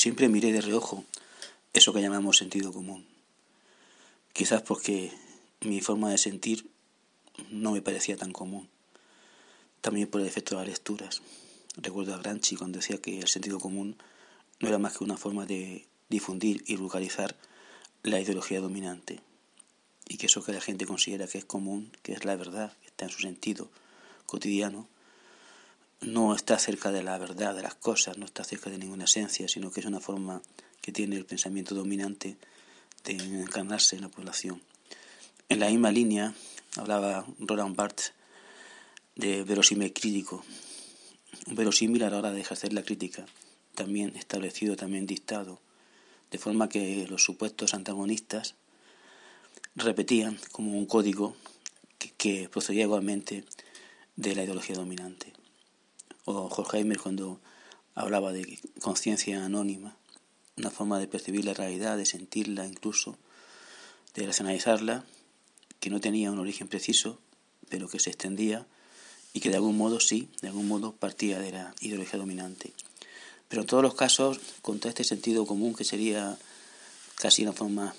siempre miré de reojo eso que llamamos sentido común. Quizás porque mi forma de sentir no me parecía tan común. También por el efecto de las lecturas. Recuerdo a Gramsci cuando decía que el sentido común no era más que una forma de difundir y vulgarizar la ideología dominante. Y que eso que la gente considera que es común, que es la verdad, que está en su sentido cotidiano, no está cerca de la verdad de las cosas, no está cerca de ninguna esencia, sino que es una forma que tiene el pensamiento dominante de encarnarse en la población. En la misma línea hablaba Roland Barthes de verosímil crítico, un verosímil a la hora de ejercer la crítica, también establecido, también dictado, de forma que los supuestos antagonistas repetían como un código que procedía igualmente de la ideología dominante. O Horkheimer cuando hablaba de conciencia anónima, una forma de percibir la realidad, de sentirla incluso, de racionalizarla, que no tenía un origen preciso, pero que se extendía y que de algún modo partía de la ideología dominante. Pero en todos los casos, contra este sentido común, que sería casi una forma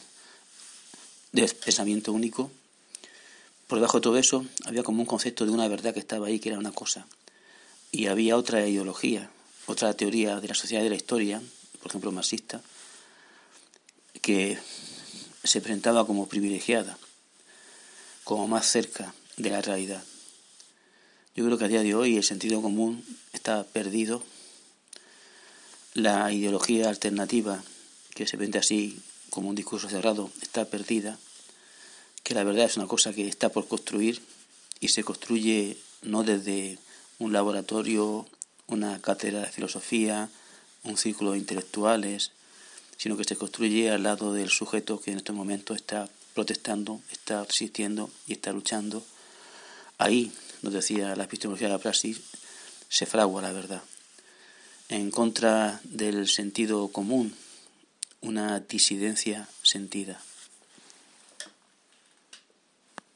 de pensamiento único, por debajo de todo eso había como un concepto de una verdad que estaba ahí, que era una cosa. Y había otra ideología, otra teoría de la sociedad y de la historia, por ejemplo marxista, que se presentaba como privilegiada, como más cerca de la realidad. Yo creo que a día de hoy el sentido común está perdido. La ideología alternativa, que se vende así como un discurso cerrado, está perdida. Que la verdad es una cosa que está por construir y se construye no desde un laboratorio, una cátedra de filosofía, un círculo de intelectuales, sino que se construye al lado del sujeto que en estos momentos está protestando, está resistiendo y está luchando. Ahí, nos decía la epistemología de la praxis, se fragua la verdad. En contra del sentido común, una disidencia sentida.